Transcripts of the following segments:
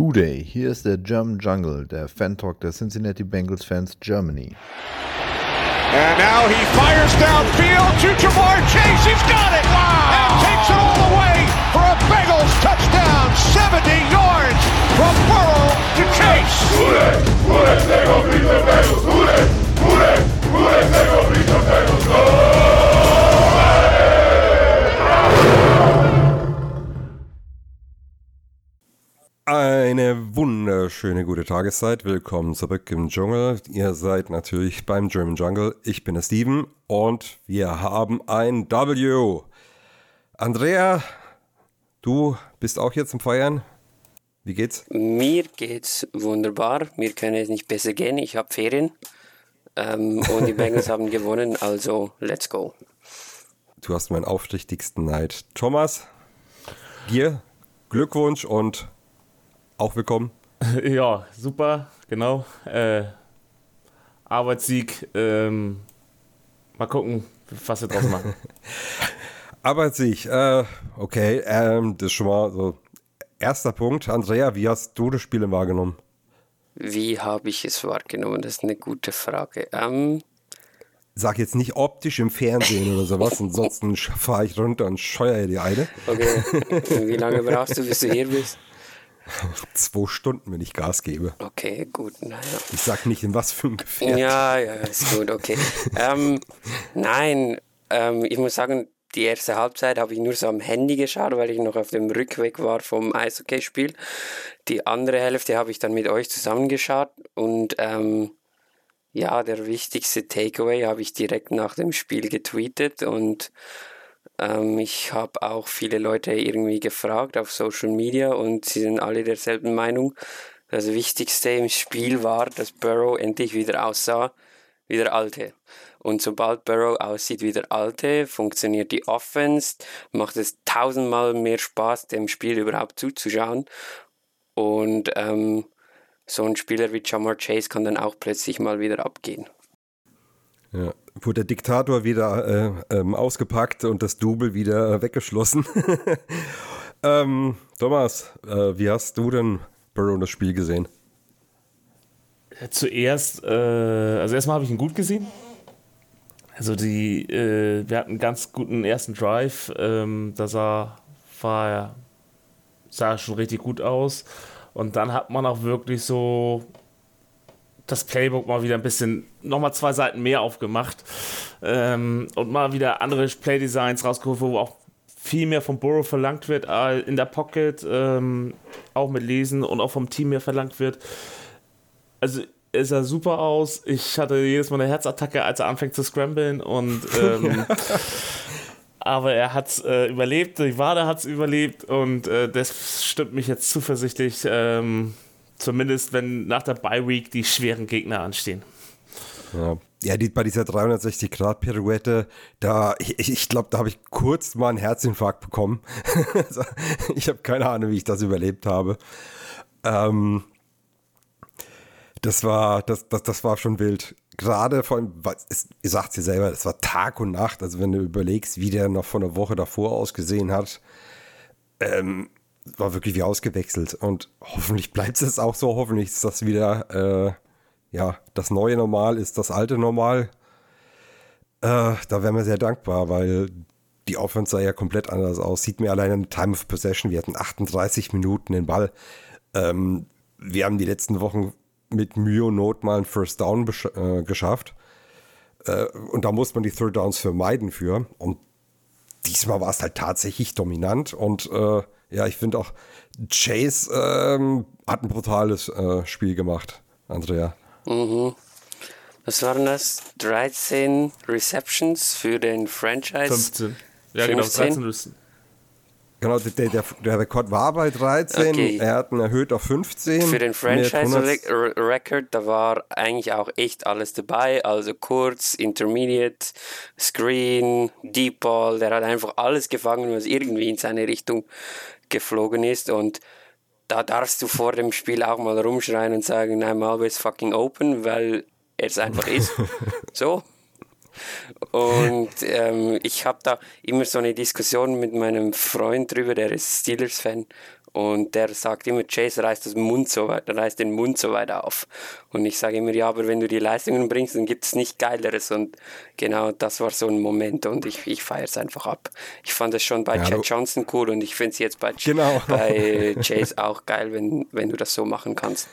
Hooday, hier ist der German Jungle, der Fan-Talk der Cincinnati Bengals Fans Germany. And now he fires downfield to Jamar Chase. He's got it! Wow! And takes it all the way for a Bengals touchdown. 70 yards from Burrow to Chase. Hooday! Hooday! They go beat the Bengals! Hooday! Hooday! Hooday! They go beat the Bengals! Go! Eine wunderschöne gute Tageszeit. Willkommen zurück im Dschungel. Ihr seid natürlich beim German Jungle. Ich bin der Steven und wir haben ein W. Andrea, du bist auch jetzt zum Feiern. Wie geht's? Mir geht's wunderbar. Mir kann es nicht besser gehen. Ich habe Ferien und die Bengals haben gewonnen, also let's go. Du hast meinen aufrichtigsten Neid. Thomas, dir Glückwunsch und auch willkommen. Ja, super, genau. Arbeitssieg. Mal gucken, was wir draus machen. Arbeitssieg, okay. Das ist schon mal so. Erster Punkt. Andrea, wie hast du das Spiel wahrgenommen? Wie habe ich es wahrgenommen? Das ist eine gute Frage. Sag jetzt nicht optisch im Fernsehen oder sowas, ansonsten fahre ich runter und scheuere die eine. Okay, wie lange brauchst du, bis du hier bist? 2 Stunden, wenn ich Gas gebe. Okay, gut, naja. Ich sag nicht, in was für ein Gefährt. Ja, ist gut, okay. Ich muss sagen, die erste Halbzeit habe ich nur so am Handy geschaut, weil ich noch auf dem Rückweg war vom Eishockeyspiel. Die andere Hälfte habe ich dann mit euch zusammengeschaut und der wichtigste Takeaway habe ich direkt nach dem Spiel getweetet und ich habe auch viele Leute irgendwie gefragt auf Social Media und sie sind alle derselben Meinung. Das Wichtigste im Spiel war, dass Burrow endlich wieder aussah wie der Alte. Und sobald Burrow aussieht wie der Alte, funktioniert die Offense, macht es 1000-mal mehr Spaß, dem Spiel überhaupt zuzuschauen. Und so ein Spieler wie Jamar Chase kann dann auch plötzlich mal wieder abgehen. Ja, wurde der Diktator wieder ausgepackt und das Double wieder weggeschlossen. Thomas, wie hast du denn Burrow das Spiel gesehen? Zuerst, also erstmal habe ich ihn gut gesehen. Also wir hatten einen ganz guten ersten Drive. Sah schon richtig gut aus. Und dann hat man auch wirklich so das Playbook mal wieder ein bisschen, nochmal 2 Seiten mehr aufgemacht und mal wieder andere Playdesigns rausgeholt, wo auch viel mehr vom Burrow verlangt wird, in der Pocket, auch mit Lesen und auch vom Team mehr verlangt wird. Also es sah super aus. Ich hatte jedes Mal eine Herzattacke, als er anfängt zu scramblen und aber er hat es überlebt, die Wade hat es überlebt und das stimmt mich jetzt zuversichtlich, zumindest wenn nach der Bye-Week die schweren Gegner anstehen. Ja, bei dieser 360-Grad-Pirouette, ich glaube, da habe ich kurz mal einen Herzinfarkt bekommen. Ich habe keine Ahnung, wie ich das überlebt habe. Das war schon wild. Gerade vor allem, ihr sagt es selber, es war Tag und Nacht. Also wenn du überlegst, wie der noch von der Woche davor ausgesehen hat, war wirklich wie ausgewechselt. Und hoffentlich bleibt es auch so. Hoffentlich ist das wieder, das neue Normal ist das alte Normal. Da wären wir sehr dankbar, weil die Offense sah ja komplett anders aus. Sieht mir alleine an Time of Possession. Wir hatten 38 Minuten den Ball. Wir haben die letzten Wochen mit Mühe und Not mal einen First Down geschafft. Und da muss man die Third Downs vermeiden für. Und diesmal war es halt tatsächlich dominant. Und ich finde auch, Chase hat ein brutales Spiel gemacht, Andrea. Mhm. Was waren das? 13 Receptions für den Franchise? 15. Ja, 15? Genau, 13 Receptions. Genau, der Rekord war bei 13, okay. Er hat ihn erhöht auf 15. Für den Franchise-Record, da war eigentlich auch echt alles dabei, also kurz, Intermediate, Screen, Deep Ball, der hat einfach alles gefangen, was irgendwie in seine Richtung geflogen ist und da darfst du vor dem Spiel auch mal rumschreien und sagen, I'm always fucking open, weil er es einfach ist. So. Und ich habe da immer so eine Diskussion mit meinem Freund drüber, der ist Steelers-Fan Und der sagt immer, Chase reißt den Mund so weit auf. Und ich sage immer, ja, aber wenn du die Leistungen bringst, dann gibt es nicht Geileres. Und genau das war so ein Moment und ich feiere es einfach ab. Ich fand es schon bei Chad Johnson cool und ich finde es jetzt bei Chase auch geil, wenn du das so machen kannst.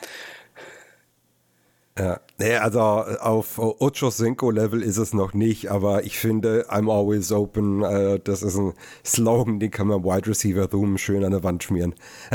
Ja, nee, also auf Ocho Cinco Level ist es noch nicht, aber ich finde, I'm always open, das ist ein Slogan, den kann man Wide Receiver Zoom schön an der Wand schmieren.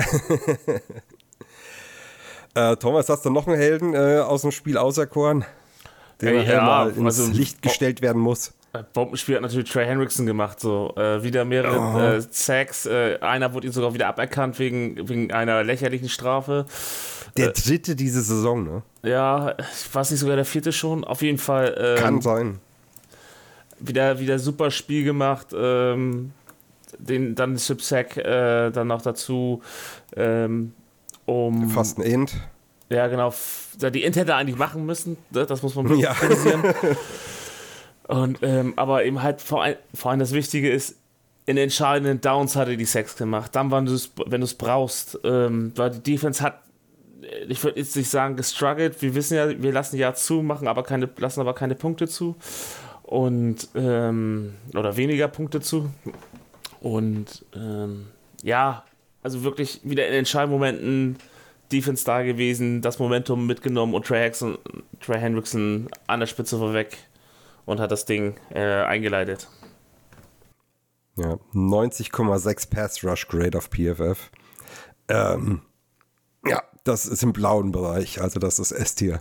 Thomas, hast du noch einen Helden aus dem Spiel auserkoren, der mal ins Licht gestellt werden muss? Bombenspiel hat natürlich Trey Hendrickson gemacht, so wieder mehrere Sacks, einer wurde ihm sogar wieder aberkannt wegen einer lächerlichen Strafe. Der dritte diese Saison, ne? Ja, ich weiß nicht, sogar der vierte schon, auf jeden Fall. Kann sein. Wieder super Spiel gemacht, dann Chip Sack dann noch dazu, fast ein Int. Ja, genau, die Int hätte er eigentlich machen müssen, das muss man kritisieren. Und, aber eben halt vor allem das Wichtige ist, in entscheidenden Downs hat er die Sacks gemacht. Dann, wenn du es brauchst, weil die Defense hat, ich würde jetzt nicht sagen gestruggelt, wir wissen ja, wir lassen ja zu, lassen aber keine Punkte zu und oder weniger Punkte zu und ja, also wirklich wieder in entscheidenden Momenten Defense da gewesen, das Momentum mitgenommen und Trey Hendrickson an der Spitze vorweg und hat das Ding eingeleitet. Ja, 90,6 Pass Rush Grade auf PFF. Ja, das ist im blauen Bereich, also das ist S-Tier.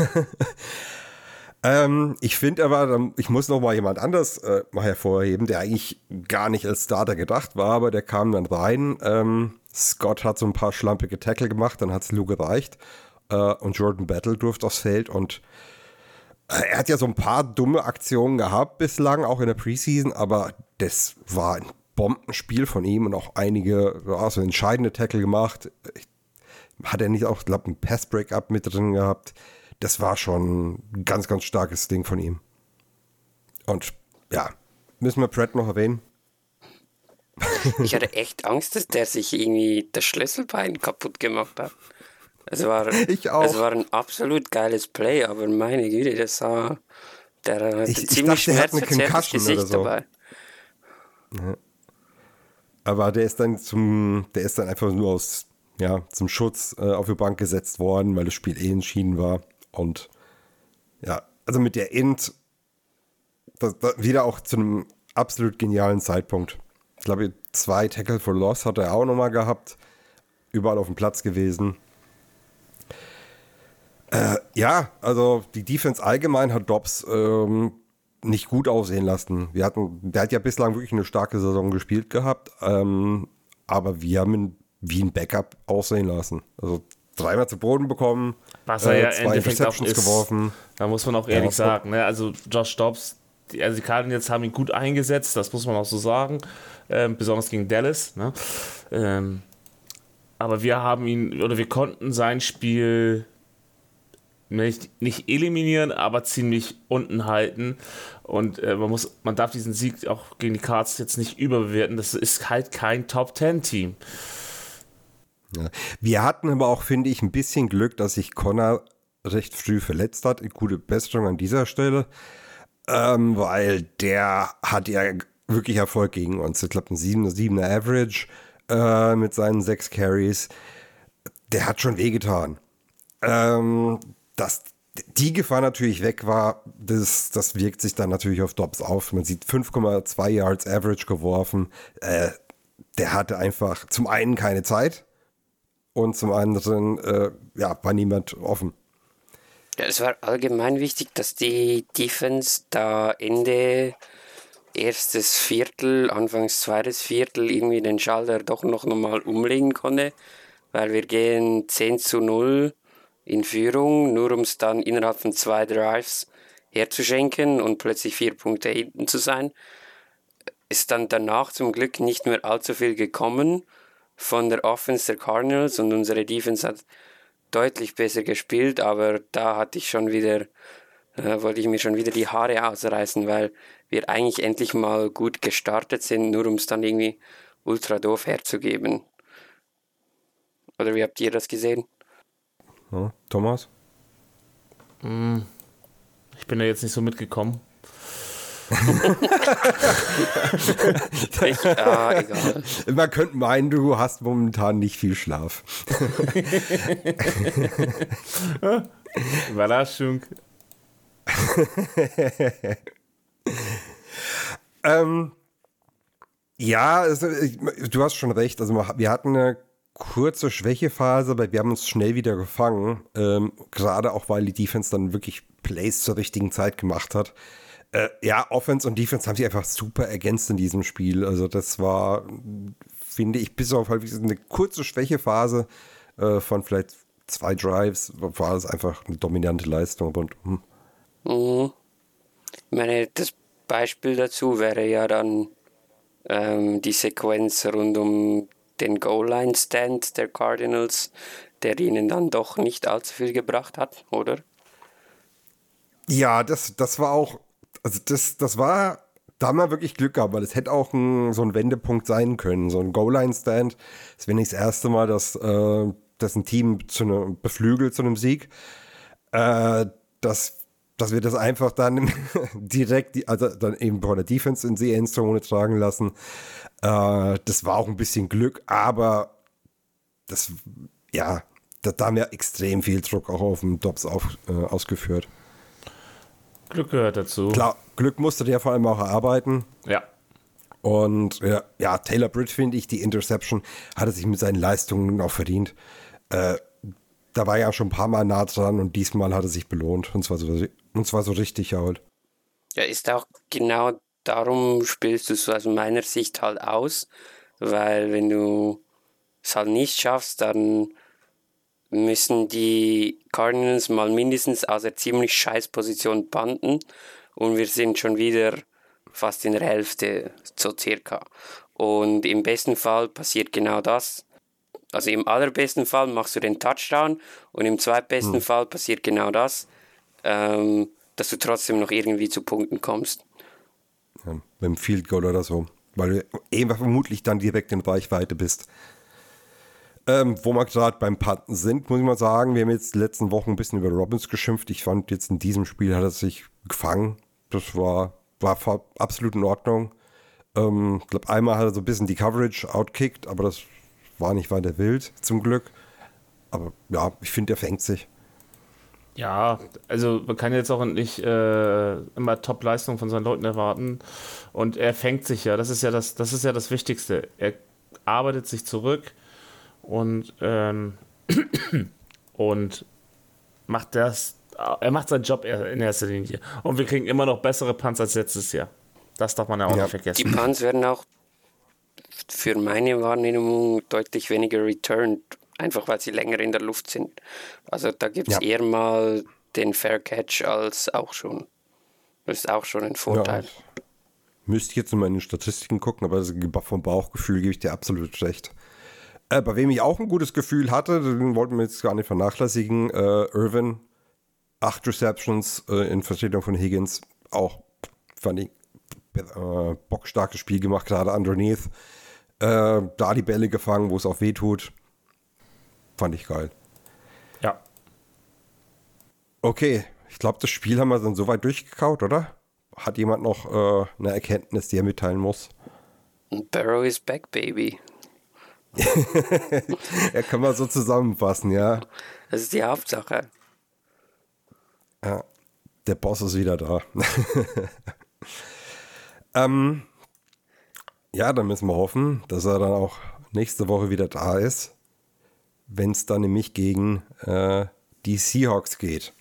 Ich finde aber, ich muss noch mal jemand anders mal hervorheben, der eigentlich gar nicht als Starter gedacht war, aber der kam dann rein. Scott hat so ein paar schlampige Tackle gemacht, dann hat es Lou gereicht und Jordan Battle durfte aufs Feld und er hat ja so ein paar dumme Aktionen gehabt bislang, auch in der Preseason, aber das war ein Bombenspiel von ihm und auch einige so entscheidende Tackle gemacht. Hat er nicht auch, glaube ich, ein Pass-Break-Up mit drin gehabt? Das war schon ein ganz, ganz starkes Ding von ihm. Und ja, müssen wir Pratt noch erwähnen? Ich hatte echt Angst, dass der sich irgendwie das Schlüsselbein kaputt gemacht hat. Es war ein absolut geiles Play, aber meine Güte, der hatte ziemlich schmerzverzerrtes Gesicht so dabei. Ja. Aber der ist dann einfach nur zum Schutz auf die Bank gesetzt worden, weil das Spiel entschieden war. Und ja, also mit der Int, das wieder auch zu einem absolut genialen Zeitpunkt. Ich glaube, 2 Tackle for Loss hat er auch nochmal gehabt. Überall auf dem Platz gewesen. Ja, also die Defense allgemein hat Dobbs nicht gut aussehen lassen. Der hat ja bislang wirklich eine starke Saison gespielt gehabt, aber wir haben ihn wie ein Backup aussehen lassen. Also 3-mal zu Boden bekommen, was er ja 2 Interceptions geworfen. Da muss man auch ehrlich sagen, ne? Also Josh Dobbs, die Cardinals haben ihn gut eingesetzt, das muss man auch so sagen, besonders gegen Dallas. Ne? Aber wir konnten sein Spiel nicht eliminieren, aber ziemlich unten halten. Und man darf diesen Sieg auch gegen die Cards jetzt nicht überbewerten. Das ist halt kein Top-10-Team. Ja. Wir hatten aber auch, finde ich, ein bisschen Glück, dass sich Connor recht früh verletzt hat. Gute Besserung an dieser Stelle, weil der hat ja wirklich Erfolg gegen uns. Ich glaube, ein 7er Average mit seinen 6 Carries. Der hat schon wehgetan. Dass die Gefahr natürlich weg war, das wirkt sich dann natürlich auf Dobbs auf. Man sieht 5,2 Yards Average geworfen. Der hatte einfach zum einen keine Zeit und zum anderen war niemand offen. Ja, es war allgemein wichtig, dass die Defense da Ende erstes Viertel, Anfangs zweites Viertel irgendwie den Schalter doch noch mal umlegen konnte, weil wir gehen 10-0 in Führung, nur um es dann innerhalb von 2 Drives herzuschenken und plötzlich 4 Punkte hinten zu sein. Ist dann danach zum Glück nicht mehr allzu viel gekommen von der Offense der Cardinals und unsere Defense hat deutlich besser gespielt, aber da wollte ich mir schon wieder die Haare ausreißen, weil wir eigentlich endlich mal gut gestartet sind, nur um es dann irgendwie ultra doof herzugeben. Oder wie habt ihr das gesehen? Ja, Thomas? Ich bin da jetzt nicht so mitgekommen. Egal. Man könnte meinen, du hast momentan nicht viel Schlaf. Überraschung. Ja, du hast schon recht. Also wir hatten eine kurze Schwächephase, aber wir haben uns schnell wieder gefangen. Gerade auch, weil die Defense dann wirklich Plays zur richtigen Zeit gemacht hat. Offense und Defense haben sich einfach super ergänzt in diesem Spiel. Also das war, finde ich, bis auf halt eine kurze Schwächephase von vielleicht 2 Drives, war es einfach eine dominante Leistung. Und, Ich meine, das Beispiel dazu wäre ja dann die Sequenz rund um den Goal-Line-Stand der Cardinals, der ihnen dann doch nicht allzu viel gebracht hat, oder? Ja, das war auch, also das war, da haben wir wirklich Glück gehabt, weil es hätte auch so ein Wendepunkt sein können, so ein Goal-Line-Stand. Das wäre nicht das erste Mal, dass ein Team beflügelt zu einem Sieg. Dass wir das einfach dann direkt, also dann eben von der Defense in die Endzone tragen lassen. Das war auch ein bisschen Glück, aber da haben wir extrem viel Druck auch auf dem Dobbs ausgeführt. Glück gehört dazu. Klar, Glück musste der vor allem auch erarbeiten. Ja. Und Taylor Britt, finde ich, die Interception hat er sich mit seinen Leistungen auch verdient. Da war er schon ein paar Mal nah dran und diesmal hat er sich belohnt. Und zwar so richtig halt. Ja, ist auch genau darum spielst du es aus meiner Sicht halt aus, weil wenn du es halt nicht schaffst, dann müssen die Cardinals mal mindestens aus der ziemlich scheiß Position punten und wir sind schon wieder fast in der Hälfte, so circa. Und im besten Fall passiert genau das. Also im allerbesten Fall machst du den Touchdown und im zweitbesten Fall passiert genau das, dass du trotzdem noch irgendwie zu Punkten kommst. Ja, mit dem Field Goal oder so. Weil du eben vermutlich dann direkt in Reichweite bist. Wo wir gerade beim Punten sind, muss ich mal sagen, wir haben jetzt die letzten Wochen ein bisschen über Robbins geschimpft. Ich fand jetzt in diesem Spiel hat er sich gefangen. Das war absolut in Ordnung. Ich glaube, einmal hat er so ein bisschen die Coverage outkickt, aber das war nicht weiter wild, zum Glück. Aber ja, ich finde, der fängt sich. Ja, also man kann jetzt auch nicht immer Top-Leistung von seinen Leuten erwarten. Und er fängt sich ja, das ist ja das Wichtigste. Er arbeitet sich zurück und macht seinen Job in erster Linie. Und wir kriegen immer noch bessere Punts als letztes Jahr. Das darf man ja auch nicht vergessen. Die Punts werden auch für meine Wahrnehmung deutlich weniger returned, einfach weil sie länger in der Luft sind. Also da gibt es eher mal den Fair Catch als auch schon. Das ist auch schon ein Vorteil. Ja, müsste ich jetzt nur mal in den Statistiken gucken, aber vom Bauchgefühl gebe ich dir absolut recht. Bei wem ich auch ein gutes Gefühl hatte, den wollten wir jetzt gar nicht vernachlässigen, Irvin, 8 Receptions in Vertretung von Higgins, auch fand ich bockstarkes Spiel gemacht, gerade underneath. Da die Bälle gefangen, wo es auch weh tut. Fand ich geil. Ja. Okay, ich glaube, das Spiel haben wir dann soweit durchgekaut, oder? Hat jemand noch eine Erkenntnis, die er mitteilen muss? Burrow is back, baby. Ja, kann man so zusammenfassen, ja. Das ist die Hauptsache. Ja, der Boss ist wieder da. Ja, dann müssen wir hoffen, dass er dann auch nächste Woche wieder da ist, wenn es dann nämlich gegen die Seahawks geht.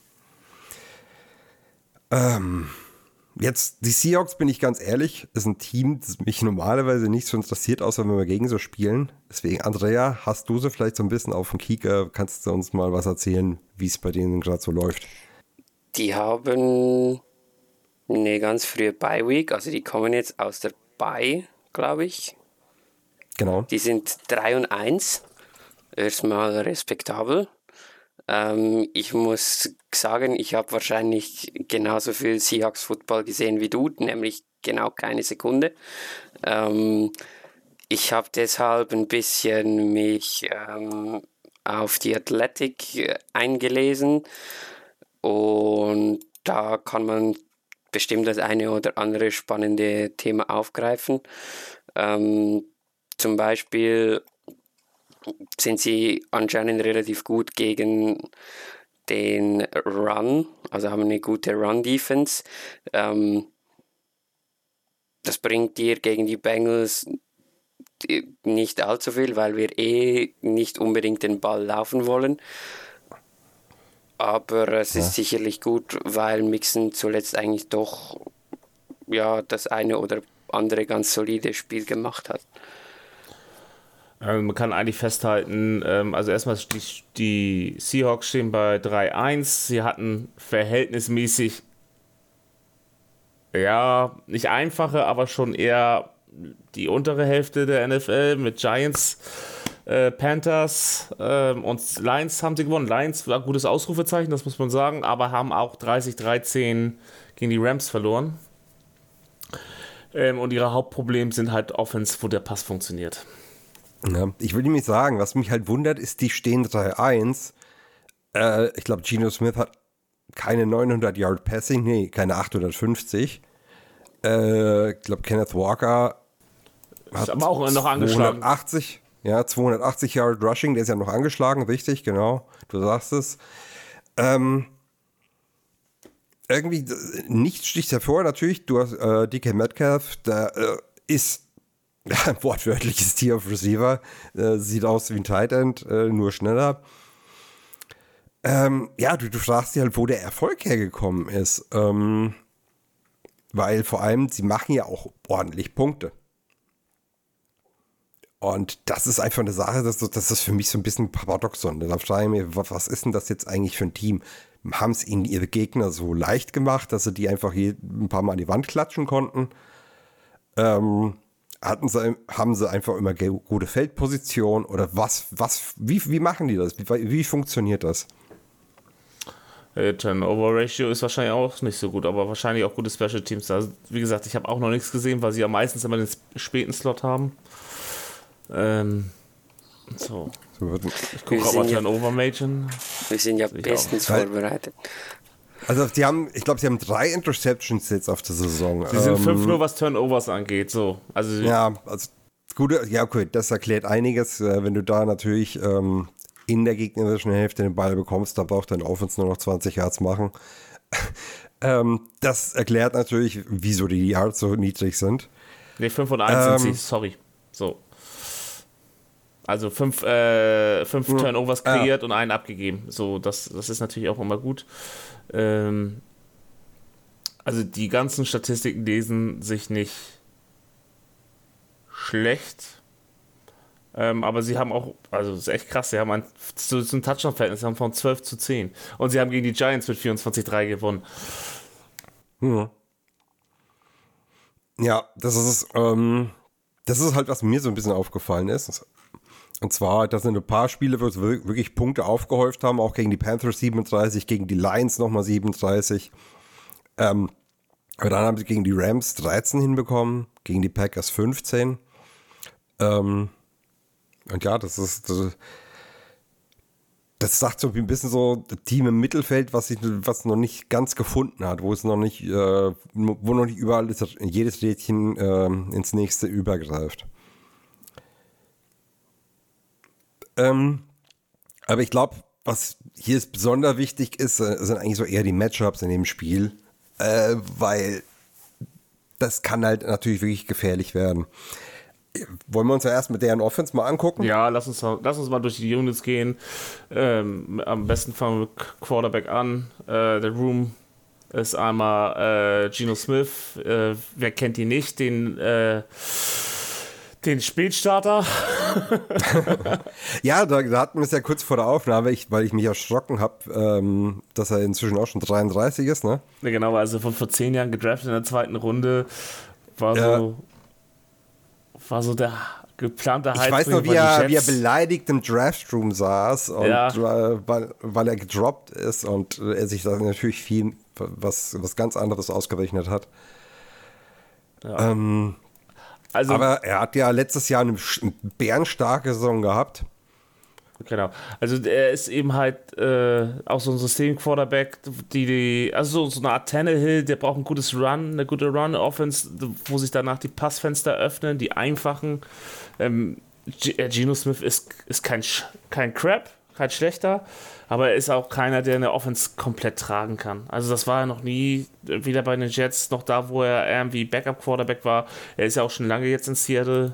Jetzt, die Seahawks, bin ich ganz ehrlich, ist ein Team, das mich normalerweise nicht so interessiert, außer wenn wir gegen sie spielen. Deswegen, Andrea, hast du sie vielleicht so ein bisschen auf dem Kieker? Kannst du uns mal was erzählen, wie es bei denen gerade so läuft? Die haben eine ganz frühe Bye-Week, also die kommen jetzt aus der Bye, glaube ich. Genau. Die sind 3-1, erstmal respektabel. Ich muss sagen, ich habe wahrscheinlich genauso viel Seahawks-Football gesehen wie du, nämlich genau keine Sekunde. Ich habe deshalb ein bisschen mich auf die Athletic eingelesen und da kann man bestimmt das eine oder andere spannende Thema aufgreifen. Zum Beispiel sind sie anscheinend relativ gut gegen den Run, also haben eine gute Run-Defense. Das bringt dir gegen die Bengals nicht allzu viel, weil wir nicht unbedingt den Ball laufen wollen. Aber es ist sicherlich gut, weil Mixon zuletzt eigentlich doch das eine oder andere ganz solide Spiel gemacht hat. Man kann eigentlich festhalten, also erstmal die Seahawks stehen bei 3-1. Sie hatten verhältnismäßig, nicht einfache, aber schon eher die untere Hälfte der NFL mit Giants, Panthers und Lions haben sie gewonnen. Lions war ein gutes Ausrufezeichen, das muss man sagen, aber haben auch 30-13 gegen die Rams verloren. Und ihre Hauptprobleme sind halt Offense, wo der Pass funktioniert. Ja, ich will nämlich sagen, was mich halt wundert, ist, die stehen 3-1. Ich glaube, Geno Smith hat keine 900 Yard Passing, keine 850. Ich glaube, Kenneth Walker hat aber auch noch angeschlagen. 280 Yard Rushing, der ist ja noch angeschlagen, richtig, genau, du sagst es. Irgendwie, nichts sticht hervor, natürlich, du hast DK Metcalf, der ist wortwörtliches Tier auf Receiver, sieht aus wie ein Tight End, nur schneller. Du fragst dich halt, wo der Erfolg hergekommen ist, weil vor allem, sie machen ja auch ordentlich Punkte. Und das ist einfach eine Sache, das ist für mich so ein bisschen Paradoxon. Da frage ich mich, was ist denn das jetzt eigentlich für ein Team? Haben es ihnen ihre Gegner so leicht gemacht, dass sie die einfach ein paar Mal an die Wand klatschen konnten? Haben sie einfach immer gute Feldposition? Oder wie machen die das? Wie funktioniert das? Turnover Ratio ist wahrscheinlich auch nicht so gut, aber wahrscheinlich auch gute Special Teams. Also, wie gesagt, ich habe auch noch nichts gesehen, weil sie ja meistens immer den späten Slot haben. Ich gucke aber Turnover Machen. Wir sind ja bestens vorbereitet. Also ich glaube, sie haben 3 Interceptions jetzt auf der Saison. Sie sind 5 nur, was Turnovers angeht. So. Also okay, das erklärt einiges. Wenn du da natürlich in der gegnerischen Hälfte den Ball bekommst, da braucht dein Offense nur noch 20 Yards machen. Das erklärt natürlich, wieso die Yards so niedrig sind. Ne, 5 und 1 sind sie, sorry. So. Also 5 Turnovers kreiert und einen abgegeben. So, das ist natürlich auch immer gut. Also die ganzen Statistiken lesen sich nicht schlecht. Aber sie haben auch, also das ist echt krass, sie haben ein Touchdown-Verhältnis, sie haben von 12-10. Und sie haben gegen die Giants mit 24-3 gewonnen. Ja, das ist halt, was mir so ein bisschen aufgefallen ist. Und zwar, dass in ein paar Spiele, wo sie wirklich Punkte aufgehäuft haben, auch gegen die Panthers 37, gegen die Lions nochmal 37. Aber dann haben sie gegen die Rams 13 hinbekommen, gegen die Packers 15. Und ja, das sagt so ein bisschen so das Team im Mittelfeld, was noch nicht ganz gefunden hat, wo noch nicht überall jedes Rädchen ins nächste übergreift. Aber ich glaube, was hier besonders wichtig ist, sind eigentlich so eher die Matchups in dem Spiel, weil das kann halt natürlich wirklich gefährlich werden. Wollen wir uns ja erst mit deren Offense mal angucken? Ja, lass uns mal durch die Units gehen. Am besten fangen wir mit Quarterback an. Der Room ist einmal Geno Smith. Wer kennt ihn nicht? Den Spätstarter. Ja, da hatten wir es ja kurz vor der Aufnahme, weil ich mich erschrocken habe, dass er inzwischen auch schon 33 ist, ne? Ja, genau, also vor 10 Jahren gedraftet in der 2. Runde. War so der geplante Hype. Ich weiß noch, wie er beleidigt im Draftroom saß, und weil er gedroppt ist und er sich da natürlich viel was ganz anderes ausgerechnet hat. Ja. Aber er hat ja letztes Jahr eine bärenstarke Saison gehabt. Genau. Also er ist eben halt auch so ein System-Quarterback, also so eine Art Tannehill, der braucht ein gutes Run, eine gute Run-Offense, wo sich danach die Passfenster öffnen, die einfachen. Geno Smith ist kein Crap, kein schlechter, aber er ist auch keiner, der eine Offense komplett tragen kann. Also das war er noch nie, weder bei den Jets noch da, wo er irgendwie Backup-Quarterback war. Er ist ja auch schon lange jetzt in Seattle.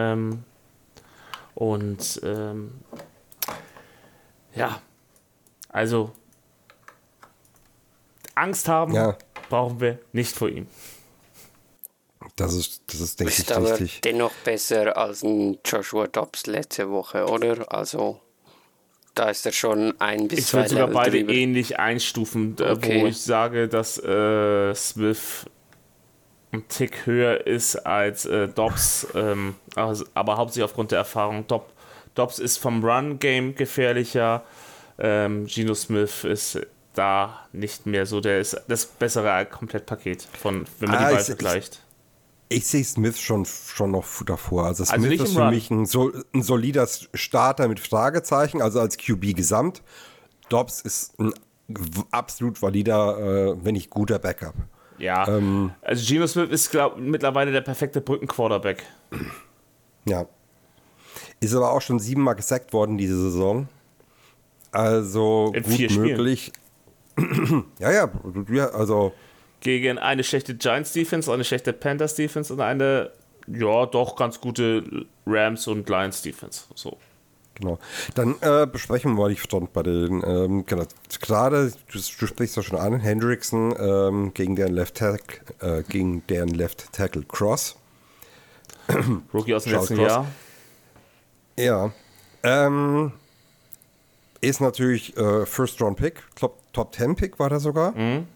Ja, also Angst haben brauchen wir nicht vor ihm. Das ist denke ich, ist aber richtig. dennoch besser als ein Joshua Dobbs letzte Woche, oder? Also da ist er schon ein bis zwei Level. Ich würde sogar beide drüber. ähnlich einstufen, Okay. wo ich sage, dass Smith ein Tick höher ist als Dobbs, aber hauptsächlich aufgrund der Erfahrung. Dobbs ist vom Run-Game gefährlicher, Geno Smith ist da nicht mehr so, der ist das bessere Komplettpaket, wenn man die beiden vergleicht. Ich sehe Smith schon noch davor. Also Smith nicht ist im für Run. mich ein solider Starter mit Fragezeichen, also als QB gesamt. Dobbs ist ein absolut valider, wenn nicht guter Backup. Ja, also Geno Smith ist mittlerweile der perfekte Brückenquarterback. Ja. Ist aber auch schon 7-mal gesackt worden diese Saison. Also In gut 4 Spielen. möglich. ja, also Gegen eine schlechte Giants-Defense, eine schlechte Panthers-Defense und eine, ja, doch ganz gute Rams- und Lions-Defense. So. genau. Dann besprechen wir mal die Front bei den, genau. Gerade, du sprichst ja schon an, Hendrickson gegen deren Left Tackle Cross. Rookie aus dem Charles letzten Cross. Jahr. Ja. Ist natürlich First-Round-Pick, Top-10-Pick war da sogar.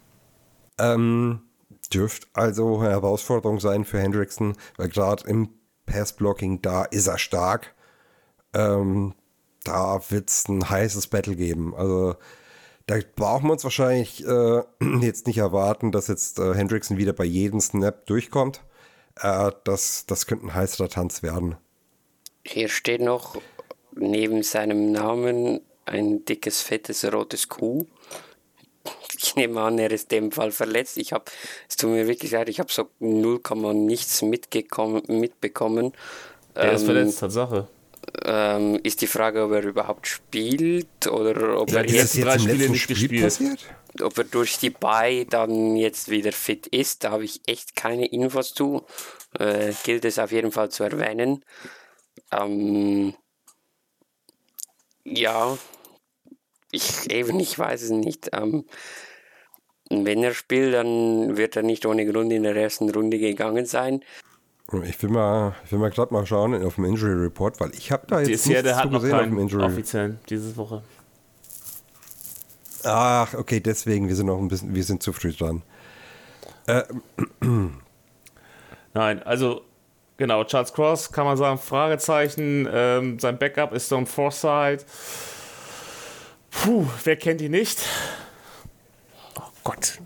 Dürfte also eine Herausforderung sein für Hendrickson, weil gerade im Pass-Blocking, da ist er stark. Da wird es ein heißes Battle geben. Also da brauchen wir uns wahrscheinlich jetzt nicht erwarten, dass jetzt Hendrickson wieder bei jedem Snap durchkommt. Das könnte ein heißer Tanz werden. Hier steht noch neben seinem Namen ein dickes, fettes, rotes Kuh. Ich nehme an, er ist in dem Fall verletzt. Es tut mir wirklich leid, ich habe so 0, nichts mitbekommen. Er ist verletzt, Tatsache. Ist die Frage, ob er überhaupt spielt oder ob Ja, er die jetzt, letzten 3 Spiele nicht gespielt. passiert? ob er durch die Bye dann jetzt wieder fit ist. Da habe ich echt keine Infos zu. Gilt es auf jeden Fall zu erwähnen. Ja, ich weiß es nicht. Wenn er spielt, dann wird er nicht ohne Grund in der ersten Runde gegangen sein. Ich will mal gerade mal schauen auf dem Injury Report, weil ich habe da Die jetzt Seattle nichts hat zu noch gesehen auf dem keinen Injury. offiziellen diese Woche. Ach, okay, deswegen, wir sind zu früh dran. Nein, also genau, Charles Cross kann man sagen, Fragezeichen. Sein Backup ist Stone Forsythe. Puh, wer kennt ihn nicht? Oh Gott.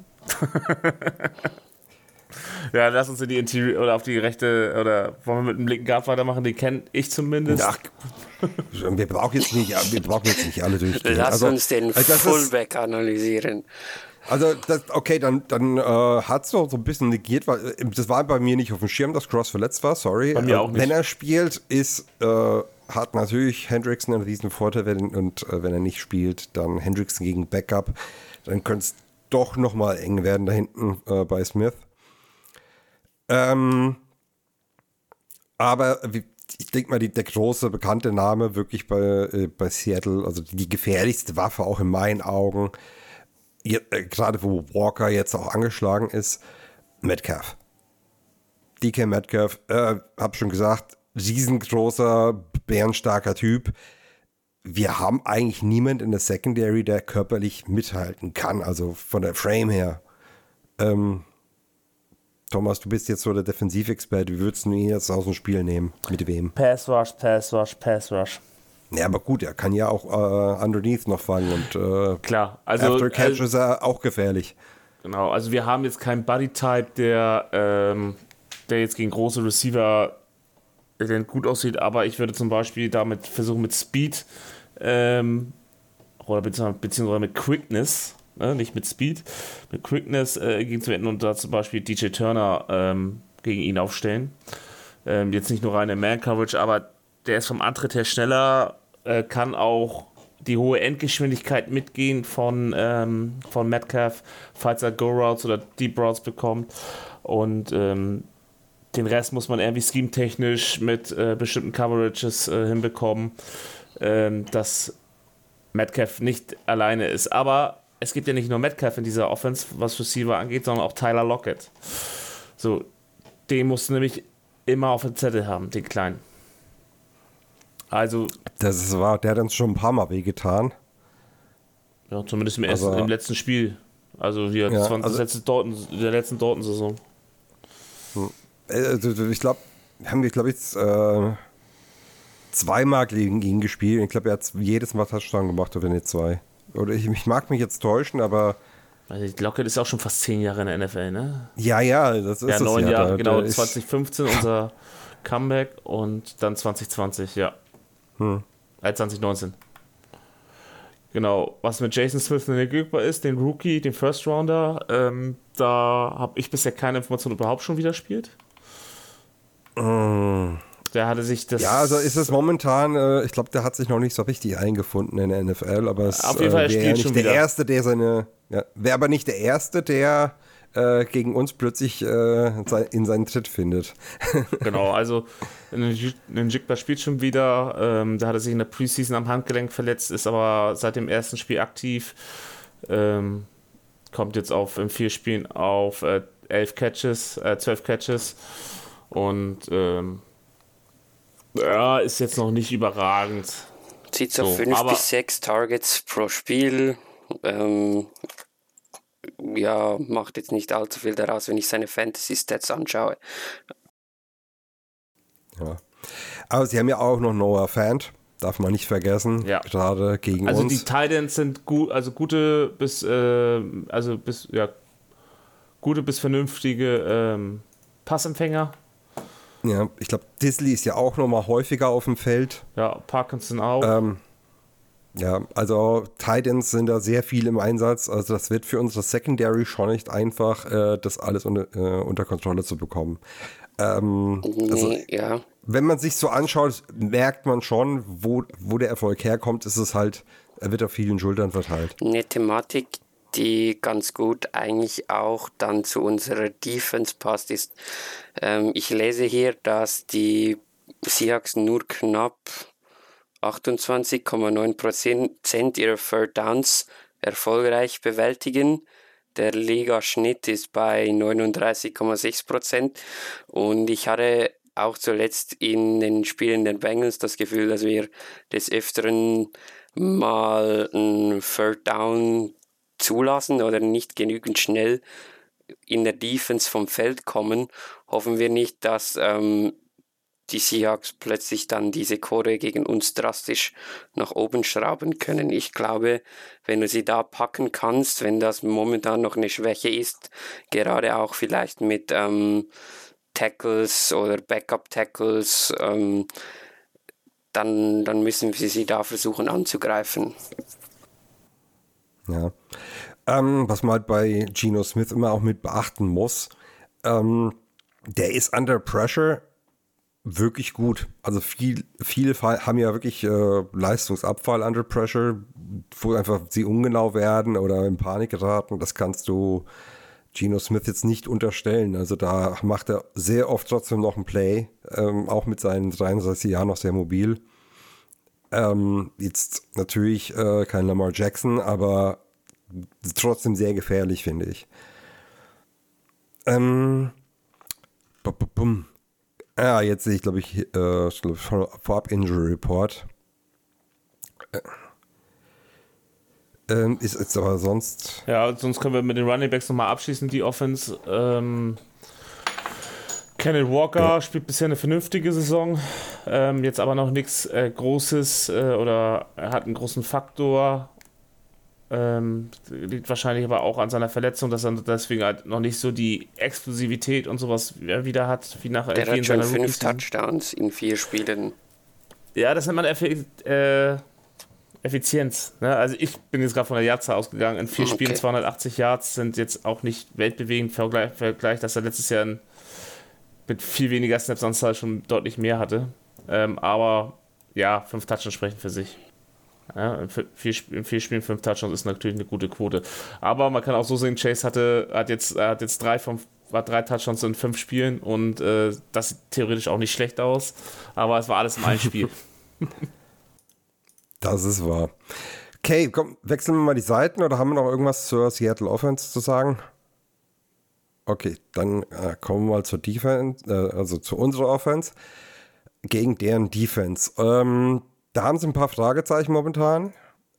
Ja, lass uns in die Interior oder auf die rechte, oder wollen wir mit dem linken Guard weitermachen? Den kenne ich zumindest. Ach, wir brauchen jetzt nicht alle durchgehen. Lass uns den das ist- Fullback analysieren. Also, okay, dann hat es doch so ein bisschen negiert, weil das war bei mir nicht auf dem Schirm, dass Cross verletzt war, sorry. Bei mir auch nicht. Wenn er spielt, hat natürlich Hendrickson einen riesen Vorteil, wenn er nicht spielt, dann Hendrickson gegen Backup, dann könnte es doch nochmal eng werden da hinten bei Smith. Aber ich denke mal, der große bekannte Name wirklich bei Seattle, also die gefährlichste Waffe auch in meinen Augen, gerade wo Walker jetzt auch angeschlagen ist, Metcalf. DK Metcalf, hab schon gesagt, riesengroßer, bärenstarker Typ. Wir haben eigentlich niemand in der Secondary, der körperlich mithalten kann, also von der Frame her. Thomas, du bist jetzt so der Defensivexperte. Wie würdest du ihn jetzt aus dem Spiel nehmen? Mit wem? Pass Rush, Pass Rush, Pass Rush. Ja, aber gut, er kann ja auch underneath noch fangen und Klar, also after catch ist er auch gefährlich. genau, also wir haben jetzt keinen Body-Type, der jetzt gegen große Receiver gut aussieht, aber ich würde zum Beispiel damit versuchen, mit Speed oder beziehungsweise mit Quickness, nicht mit Speed, mit Quickness gegen zu enden und da zum Beispiel DJ Turner gegen ihn aufstellen. Jetzt nicht nur reine Man-Coverage, aber der ist vom Antritt her schneller, kann auch die hohe Endgeschwindigkeit mitgehen von Metcalf, falls er Go-Routes oder Deep Routes bekommt. Und den Rest muss man irgendwie scheme-technisch mit bestimmten Coverages hinbekommen, dass Metcalf nicht alleine ist. Aber es gibt ja nicht nur Metcalf in dieser Offense, was Receiver angeht, sondern auch Tyler Lockett. So, den musst du nämlich immer auf dem Zettel haben, den Kleinen. Also. Der hat uns schon ein paar Mal wehgetan. Ja, zumindest im letzten Spiel. Also hier ja, der letzten Dortmund-Saison. Ich glaube, wir haben jetzt zweimal gegen ihn gespielt. Ich glaube, er hat jedes Mal Touchdown gemacht, oder nicht zwei. Oder ich mag mich jetzt täuschen, aber. Also Lockett ist auch schon fast 10 Jahre in der NFL, ne? Ja, das ist ja, 9 es. Jahre, genau. 2015 unser Comeback und dann 2020, ja. 2019. Genau, was mit Jason Smith entwickelbar ist, den Rookie, den First Rounder, da habe ich bisher keine Information, ob er überhaupt schon wieder spielt. Der hatte sich das. Ja, also ist es momentan, ich glaube, der hat sich noch nicht so richtig eingefunden in der NFL, aber es auf jeden Fall wäre nicht schon der wieder. Erste, der wäre aber nicht der Erste, der gegen uns plötzlich in seinen Tritt findet. Genau, also Njigba spielt schon wieder, da hat er sich in der Preseason am Handgelenk verletzt, ist aber seit dem ersten Spiel aktiv, kommt jetzt in 4 Spielen auf 12 Catches und ist jetzt noch nicht überragend. Zieht so 5 bis 6 Targets pro Spiel. Macht jetzt nicht allzu viel daraus, wenn ich seine Fantasy-Stats anschaue. Ja. Aber sie haben ja auch noch Noah Fant, darf man nicht vergessen, gerade gegen uns. Also die Titans sind gut, also gute bis vernünftige Passempfänger. Ja, ich glaube, Disley ist ja auch noch mal häufiger auf dem Feld. Ja, Parkinson auch. Ja, also Titans sind da sehr viel im Einsatz. Also das wird für unsere Secondary schon nicht einfach, das alles unter Kontrolle zu bekommen. Wenn man sich so anschaut, merkt man schon, wo der Erfolg herkommt. Ist es halt, er wird auf vielen Schultern verteilt. Eine Thematik, die ganz gut eigentlich auch dann zu unserer Defense passt, ist, ich lese hier, dass die Seahawks nur knapp 28,9% ihrer Third Downs erfolgreich bewältigen. Der Ligaschnitt ist bei 39,6% und ich hatte auch zuletzt in den Spielen der Bengals das Gefühl, dass wir des Öfteren mal ein Third Down zulassen oder nicht genügend schnell in der Defense vom Feld kommen. Hoffen wir nicht, dass die Seahawks plötzlich dann diese Quote gegen uns drastisch nach oben schrauben können. Ich glaube, wenn du sie da packen kannst, wenn das momentan noch eine Schwäche ist, gerade auch vielleicht mit Tackles oder Backup-Tackles, dann müssen wir sie da versuchen anzugreifen. Ja. Was man halt bei Geno Smith immer auch mit beachten muss, der ist under pressure wirklich gut. Also viele haben ja wirklich Leistungsabfall under pressure, wo einfach sie ungenau werden oder in Panik geraten. Das kannst du Geno Smith jetzt nicht unterstellen. Also da macht er sehr oft trotzdem noch ein Play, auch mit seinen 33 Jahren noch sehr mobil. Jetzt natürlich kein Lamar Jackson, aber trotzdem sehr gefährlich, finde ich. Jetzt sehe ich, glaube ich, vorab Injury Report. Ist jetzt aber sonst... Ja, sonst können wir mit den Running Backs nochmal abschließen, die Offense. Kenneth Walker spielt bisher eine vernünftige Saison, jetzt aber noch nichts Großes oder er hat einen großen Faktor. Liegt wahrscheinlich aber auch an seiner Verletzung, dass er deswegen halt noch nicht so die Explosivität und sowas wieder hat, wie nach Der hat schon 5 Touchdowns in 4 Spielen. Ja, das nennt man Effizienz. Ne? Also ich bin jetzt gerade von der Yardzahl ausgegangen. In 4 Spielen 280 Yards sind jetzt auch nicht weltbewegend. Vergleich, dass er letztes Jahr mit viel weniger Snaps-Anzahl schon deutlich mehr hatte. Aber ja, 5 Touchdowns sprechen für sich. Ja, in 4 Spielen 5 Touchdowns ist natürlich eine gute Quote. Aber man kann auch so sehen, Chase hat jetzt 3 Touchdowns in 5 Spielen und das sieht theoretisch auch nicht schlecht aus. Aber es war alles im einen Spiel. Das ist wahr. Okay, komm, wechseln wir mal die Seiten oder haben wir noch irgendwas zur Seattle Offense zu sagen? Okay, dann kommen wir mal zur Defense, also zu unserer Offense gegen deren Defense. Da haben sie ein paar Fragezeichen momentan.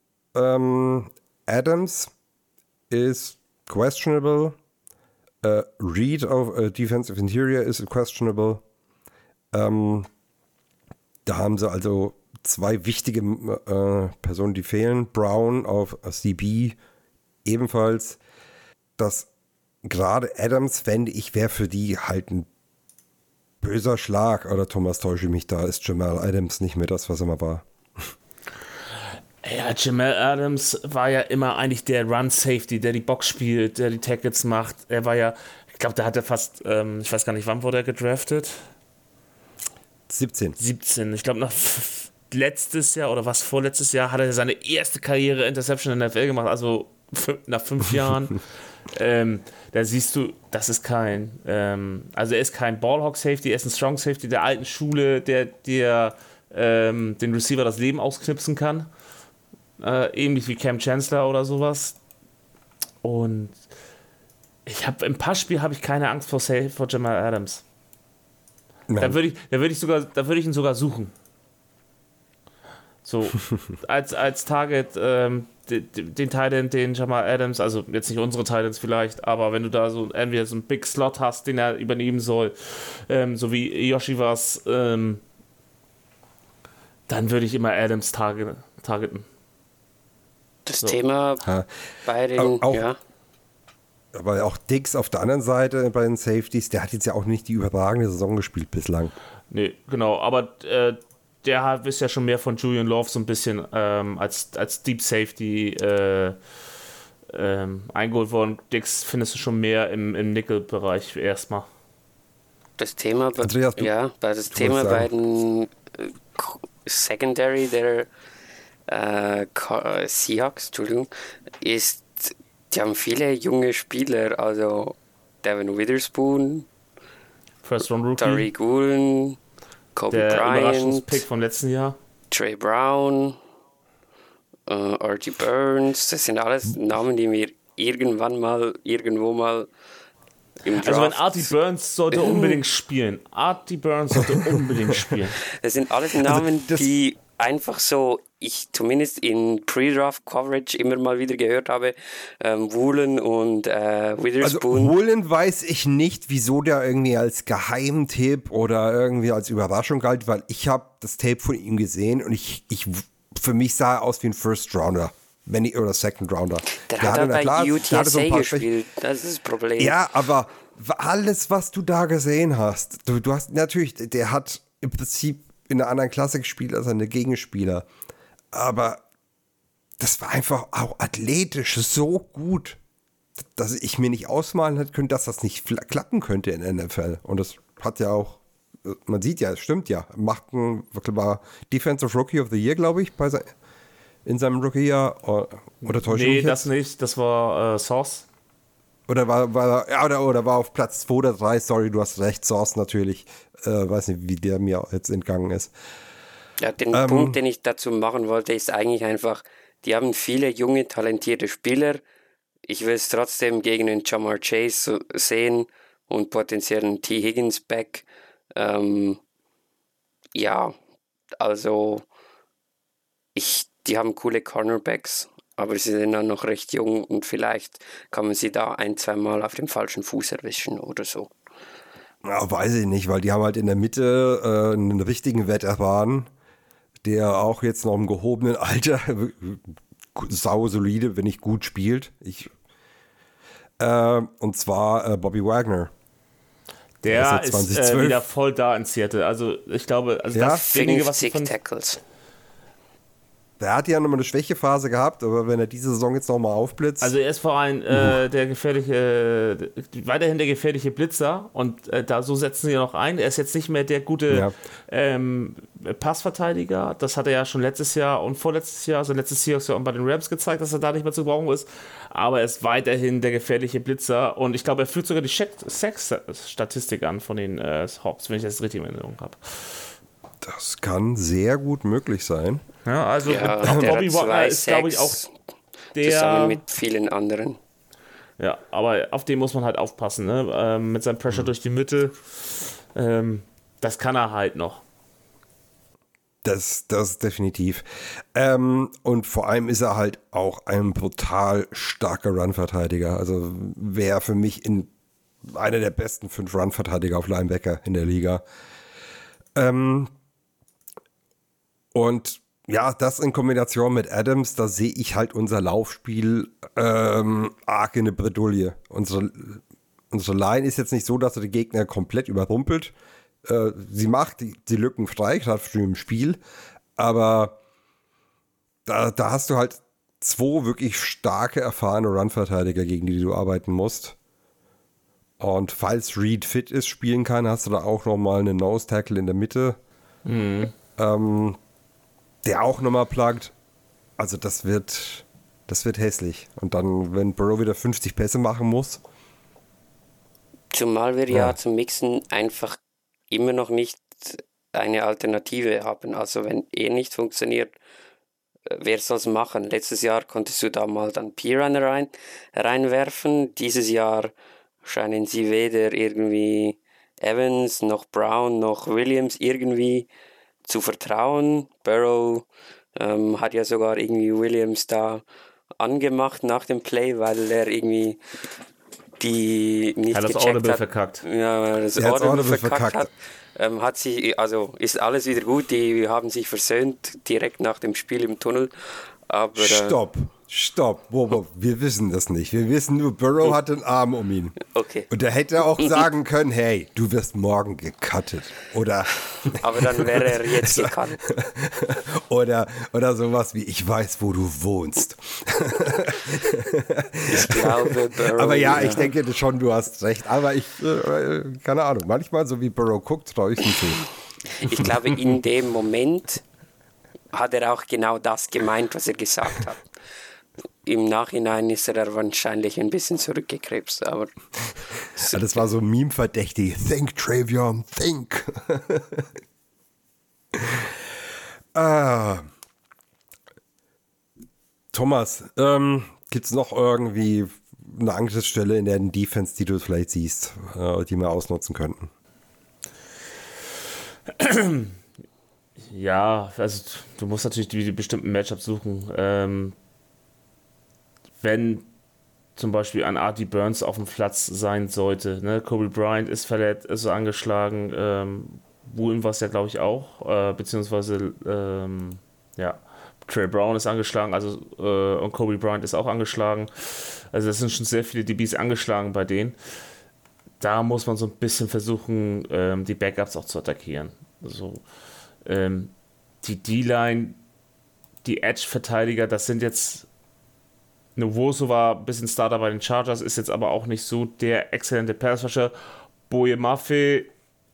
Adams ist questionable. Reed of Defensive Interior ist questionable. Da haben sie also 2 wichtige Personen, die fehlen. Brown auf CB ebenfalls. Das gerade Adams, fände ich, wäre für die halt ein böser Schlag. Oder Thomas, täusche ich mich, da ist Jamal Adams nicht mehr das, was er mal war. Ja, Jamal Adams war ja immer eigentlich der Run-Safety, der die Box spielt, der die Tackles macht. Er war ja, ich glaube, da hat er fast, ich weiß gar nicht, wann wurde er gedraftet? 17. Ich glaube, nach letztes Jahr oder was vorletztes Jahr hat er seine erste Karriere-Interception in der NFL gemacht, also nach 5 Jahren. Da siehst du, das ist kein, also er ist kein Ballhawk-Safety, er ist ein Strong-Safety der alten Schule, der den Receiver das Leben ausknipsen kann. Ähnlich wie Cam Chancellor oder sowas. Und im Passspiel habe ich keine Angst vor Jamal Adams. Da würde ich ihn sogar suchen. So, als Target den Tight, den Jamal Adams, also jetzt nicht unsere Titans vielleicht, aber wenn du da so entweder so einen Big Slot hast, den er übernehmen soll, so wie Yoshi was, dann würde ich immer Adams targeten. Das Thema bei den, ja. Aber auch Diggs auf der anderen Seite bei den Safeties, der hat jetzt ja auch nicht die überragende Saison gespielt bislang. Nee, genau, aber der ist ja schon mehr von Julian Love so ein bisschen als Deep Safety eingeholt worden. Diggs findest du schon mehr im Nickel-Bereich erstmal. Das Thema, Andreas, bei den Secondary der Seahawks, Entschuldigung, ist, die haben viele junge Spieler, also Devin Witherspoon, First-Round-Rookie, Tariq Woolen, Kobe der Bryant, Überraschungspick vom letzten Jahr, Trey Brown, R.G. Burns, das sind alles Namen, die mir irgendwo mal im Draft... Also wenn Artie Burns sollte unbedingt spielen. Das sind alles Namen, die einfach so, ich zumindest in Pre-Draft-Coverage immer mal wieder gehört habe, Woolen und Witherspoon. Also Woolen weiß ich nicht, wieso der irgendwie als Geheimtipp oder irgendwie als Überraschung galt, weil ich habe das Tape von ihm gesehen und für mich sah er aus wie ein First-Rounder. Oder Second-Rounder. Der hat bei UTSA gespielt, das ist das Problem. Ja, aber alles, was du da gesehen hast, du hast natürlich, der hat im Prinzip in einer anderen Klasse gespielt als seine Gegenspieler. Aber das war einfach auch athletisch so gut, dass ich mir nicht ausmalen hätte können, dass das nicht klappen könnte in der NFL. Und das hat ja auch, man sieht ja, es stimmt ja, war Defensive Rookie of the Year, glaube ich, in seinem Rookie-Jahr. Oder täusche ich mich jetzt? Nee, das nicht, das war Sauce. Oder war auf Platz 2 oder 3, sorry, du hast recht, Sauce natürlich. Weiß nicht, wie der mir jetzt entgangen ist. Ja, den Punkt, den ich dazu machen wollte, ist eigentlich einfach, die haben viele junge, talentierte Spieler. Ich will es trotzdem gegen den Ja'Marr Chase sehen und potenziellen T. Higgins back. Ja, also die haben coole Cornerbacks, aber sie sind dann noch recht jung und vielleicht kann man sie da 1-2 Mal auf dem falschen Fuß erwischen oder so. Ja, weiß ich nicht, weil die haben halt in der Mitte einen richtigen Veteran, der auch jetzt noch im gehobenen Alter sau solide, wenn nicht gut spielt. Und zwar Bobby Wagner. Der ist wieder voll da in Seattle. Also ich glaube, das wenige, was 50 Tackles. der hat ja nochmal eine Schwächephase gehabt, aber wenn er diese Saison jetzt nochmal aufblitzt. Also er ist vor allem weiterhin der gefährliche Blitzer und so setzen sie noch ein. Er ist jetzt nicht mehr der gute Passverteidiger. Das hat er ja schon letztes Jahr und vorletztes Jahr, also letztes Jahr auch bei den Rams gezeigt, dass er da nicht mehr zu brauchen ist. Aber er ist weiterhin der gefährliche Blitzer und ich glaube, er führt sogar die Sex-Statistik an von den Hawks, wenn ich das richtig in Erinnerung habe. Das kann sehr gut möglich sein. Ja, also Bobby Wagner ist, glaube ich, auch der... Zusammen mit vielen anderen. Ja, aber auf den muss man halt aufpassen, ne? Mit seinem Pressure durch die Mitte. Das kann er halt noch. Das definitiv. Und vor allem ist er halt auch ein brutal starker Run-Verteidiger. Also wäre für mich einer der besten 5 Run-Verteidiger auf Linebacker in der Liga. Und ja, das in Kombination mit Adams, da sehe ich halt unser Laufspiel arg in eine Bredouille. Unsere Line ist jetzt nicht so, dass er die Gegner komplett überrumpelt. Sie macht die Lücken frei, gerade früh im Spiel. Aber da hast du halt 2 wirklich starke, erfahrene Run-Verteidiger, gegen die du arbeiten musst. Und falls Reed fit ist, spielen kann, hast du da auch nochmal einen Nose-Tackle in der Mitte. Der auch nochmal plagt. Also das wird hässlich. Und dann, wenn Burrow wieder 50 Pässe machen muss. Zumal wir ja zum Mixen einfach immer noch nicht eine Alternative haben. Also wenn nicht funktioniert, wer soll es machen? Letztes Jahr konntest du da mal dann P-Runner reinwerfen. Dieses Jahr scheinen sie weder irgendwie Evans noch Brown noch Williams irgendwie zu vertrauen. Burrow hat ja sogar irgendwie Williams da angemacht nach dem Play, weil er irgendwie die nicht hat das gecheckt Audible hat. verkackt. Ja, das Audible verkackt hat. Hat sie, also ist alles wieder gut, die haben sich versöhnt direkt nach dem Spiel im Tunnel. Aber, Stopp. Wow, wir wissen das nicht. Wir wissen nur, Burrow hat den Arm um ihn. Okay. Und er hätte auch sagen können, hey, du wirst morgen gecuttet. Oder aber dann wäre er jetzt gecuttet. oder sowas wie, ich weiß, wo du wohnst. Ich glaube, Burrow... Aber ja, ich denke schon, du hast recht. Aber ich, keine Ahnung, manchmal, so wie Burrow guckt, traue ich ihm zu. Ich glaube, in dem Moment hat er auch genau das gemeint, was er gesagt hat. Im Nachhinein ist er da wahrscheinlich ein bisschen zurückgekrebst, aber... Ja, das war so meme-verdächtig. Think, Travion, think. Thomas, gibt es noch irgendwie eine Angriffsstelle in der Defense, die du vielleicht siehst, die wir ausnutzen könnten? Ja, also du musst natürlich die bestimmten Matchups suchen. Wenn zum Beispiel ein Artie Burns auf dem Platz sein sollte, ne? Kobe Bryant ist verletzt, ist angeschlagen, Woolen war es ja, glaube ich, auch, beziehungsweise Trey Brown ist angeschlagen, also und Kobe Bryant ist auch angeschlagen. Also das sind schon sehr viele DBs angeschlagen bei denen. Da muss man so ein bisschen versuchen, die Backups auch zu attackieren. Also, die D-Line, die Edge-Verteidiger, das sind jetzt... Nwosu war ein bisschen Starter bei den Chargers, ist jetzt aber auch nicht so der exzellente Passrusher. Boye Mafe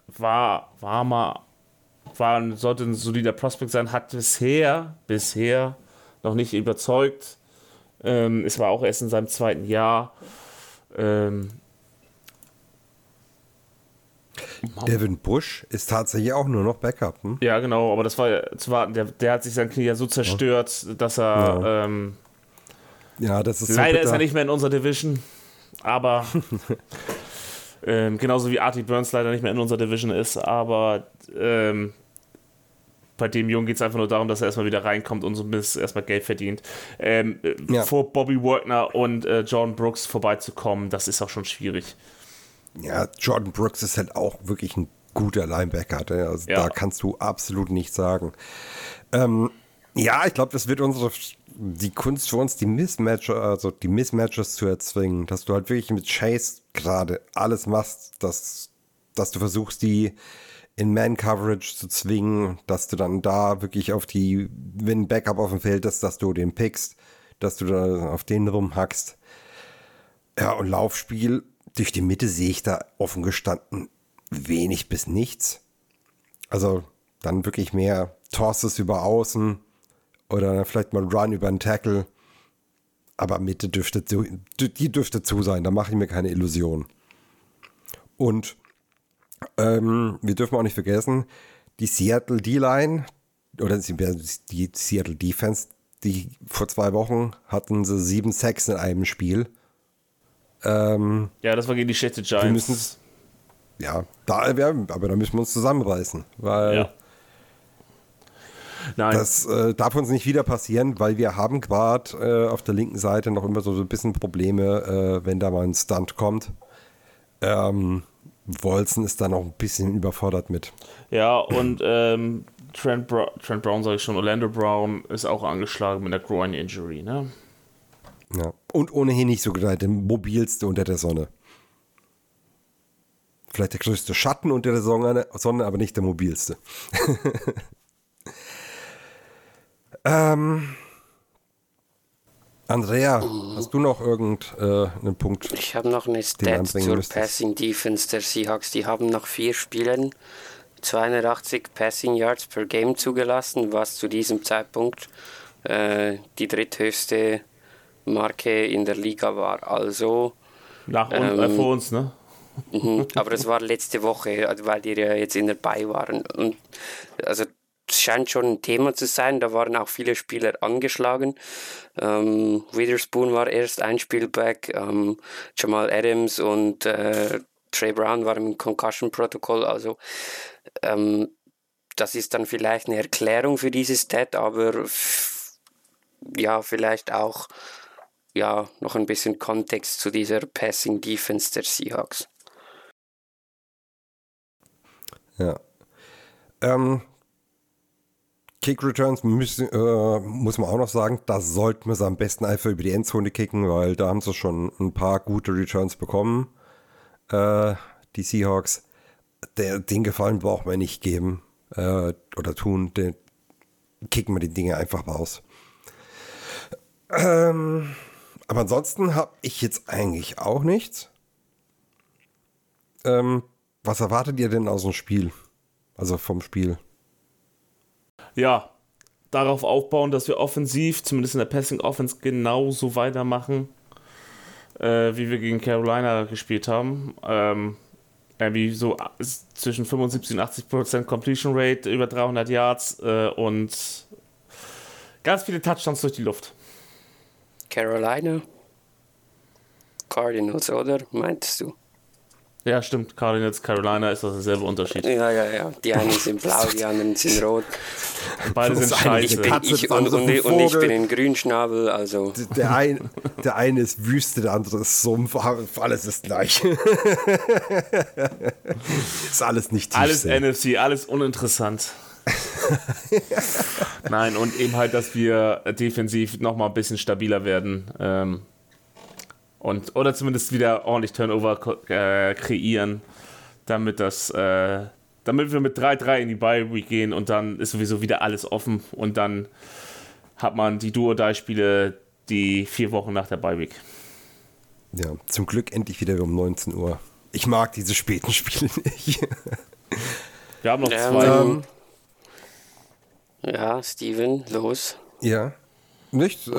sollte ein solider Prospect sein, hat bisher noch nicht überzeugt. Es war auch erst in seinem 2. Jahr. Devin Bush ist tatsächlich auch nur noch Backup. Hm? Ja, genau, aber das war ja zu warten. Der hat sich sein Knie ja so zerstört, dass er... Ja, das ist leider so ist er nicht mehr in unserer Division, aber genauso wie Artie Burns leider nicht mehr in unserer Division ist, aber bei dem Jungen geht es einfach nur darum, dass er erstmal wieder reinkommt und so ein bisschen erstmal Geld verdient. Vor Bobby Wagner und Jordan Brooks vorbeizukommen, das ist auch schon schwierig. Ja, Jordan Brooks ist halt auch wirklich ein guter Linebacker. Also da kannst du absolut nichts sagen. Ja, ich glaube, das wird die Kunst für uns, die Mismatches zu erzwingen, dass du halt wirklich mit Chase gerade alles machst, dass du versuchst, die in Man-Coverage zu zwingen, dass du dann da wirklich wenn ein Backup auf dem Feld ist, dass du den pickst, dass du da auf den rumhackst. Ja, und Laufspiel durch die Mitte sehe ich da offen gestanden wenig bis nichts. Also dann wirklich mehr Tosses über Außen oder vielleicht mal Run über einen Tackle. Aber Mitte dürfte zu sein, da mache ich mir keine Illusion. Und wir dürfen auch nicht vergessen, die Seattle D-Line oder die Seattle Defense, die vor 2 Wochen hatten sie 7 Sacks in einem Spiel. Ja, das war gegen die schlechte Giants. Aber da müssen wir uns zusammenreißen, weil das darf uns nicht wieder passieren, weil wir haben gerade auf der linken Seite noch immer so ein bisschen Probleme, wenn da mal ein Stunt kommt. Wolzen ist da noch ein bisschen überfordert mit. Ja, und Trent Brown, sage ich schon, Orlando Brown ist auch angeschlagen mit einer Groin-Injury, ne? Ja. Und ohnehin nicht so der mobilste unter der Sonne. Vielleicht der größte Schatten unter der Sonne, aber nicht der mobilste. Andrea, hast du noch irgendeinen Punkt? Ich habe noch eine Stat zur Passing Defense der Seahawks. Die haben nach 4 Spielen 280 Passing Yards per Game zugelassen, was zu diesem Zeitpunkt die dritthöchste Marke in der Liga war. Also nach und vor uns, ne? Aber das war letzte Woche, weil die ja jetzt in der Bye waren. Und also es scheint schon ein Thema zu sein. Da waren auch viele Spieler angeschlagen. Witherspoon war erst ein Spiel back. Jamal Adams und Trey Brown waren im Concussion-Protokoll. Also das ist dann vielleicht eine Erklärung für diese Stat, aber ja, vielleicht auch noch ein bisschen Kontext zu dieser Passing Defense der Seahawks. Ja. Kick Returns muss man auch noch sagen, da sollten wir sie am besten einfach über die Endzone kicken, weil da haben sie schon ein paar gute Returns bekommen. Die Seahawks. Den Gefallen braucht man nicht geben oder tun. Den kicken wir die Dinge einfach raus. Aber ansonsten habe ich jetzt eigentlich auch nichts. Was erwartet ihr denn aus dem Spiel? Also vom Spiel? Ja, darauf aufbauen, dass wir offensiv, zumindest in der Passing Offense, genauso weitermachen, wie wir gegen Carolina gespielt haben. Irgendwie so zwischen 75 und 80% Completion Rate, über 300 Yards und ganz viele Touchdowns durch die Luft. Carolina? Cardinals, oder? Meintest du? Ja, stimmt. Cardinals, Carolina ist das derselbe Unterschied. Ja. Die einen sind blau, die anderen sind rot. Beide sind scheiße. Ich bin ein Grünschnabel, also. Der eine ist Wüste, der andere ist Sumpf. Alles ist gleich. Ist alles nicht tief. Alles NFC, alles uninteressant. Nein, und eben halt, dass wir defensiv nochmal ein bisschen stabiler werden. Oder zumindest wieder ordentlich Turnover kreieren, damit wir mit 3-3 in die Bye-Week gehen und dann ist sowieso wieder alles offen und dann hat man die Do-or-Die-Spiele die 4 Wochen nach der Bye-Week. Ja, zum Glück endlich wieder um 19 Uhr. Ich mag diese späten Spiele nicht. Wir haben noch 2. Ja, Steven, los. Ja, nicht?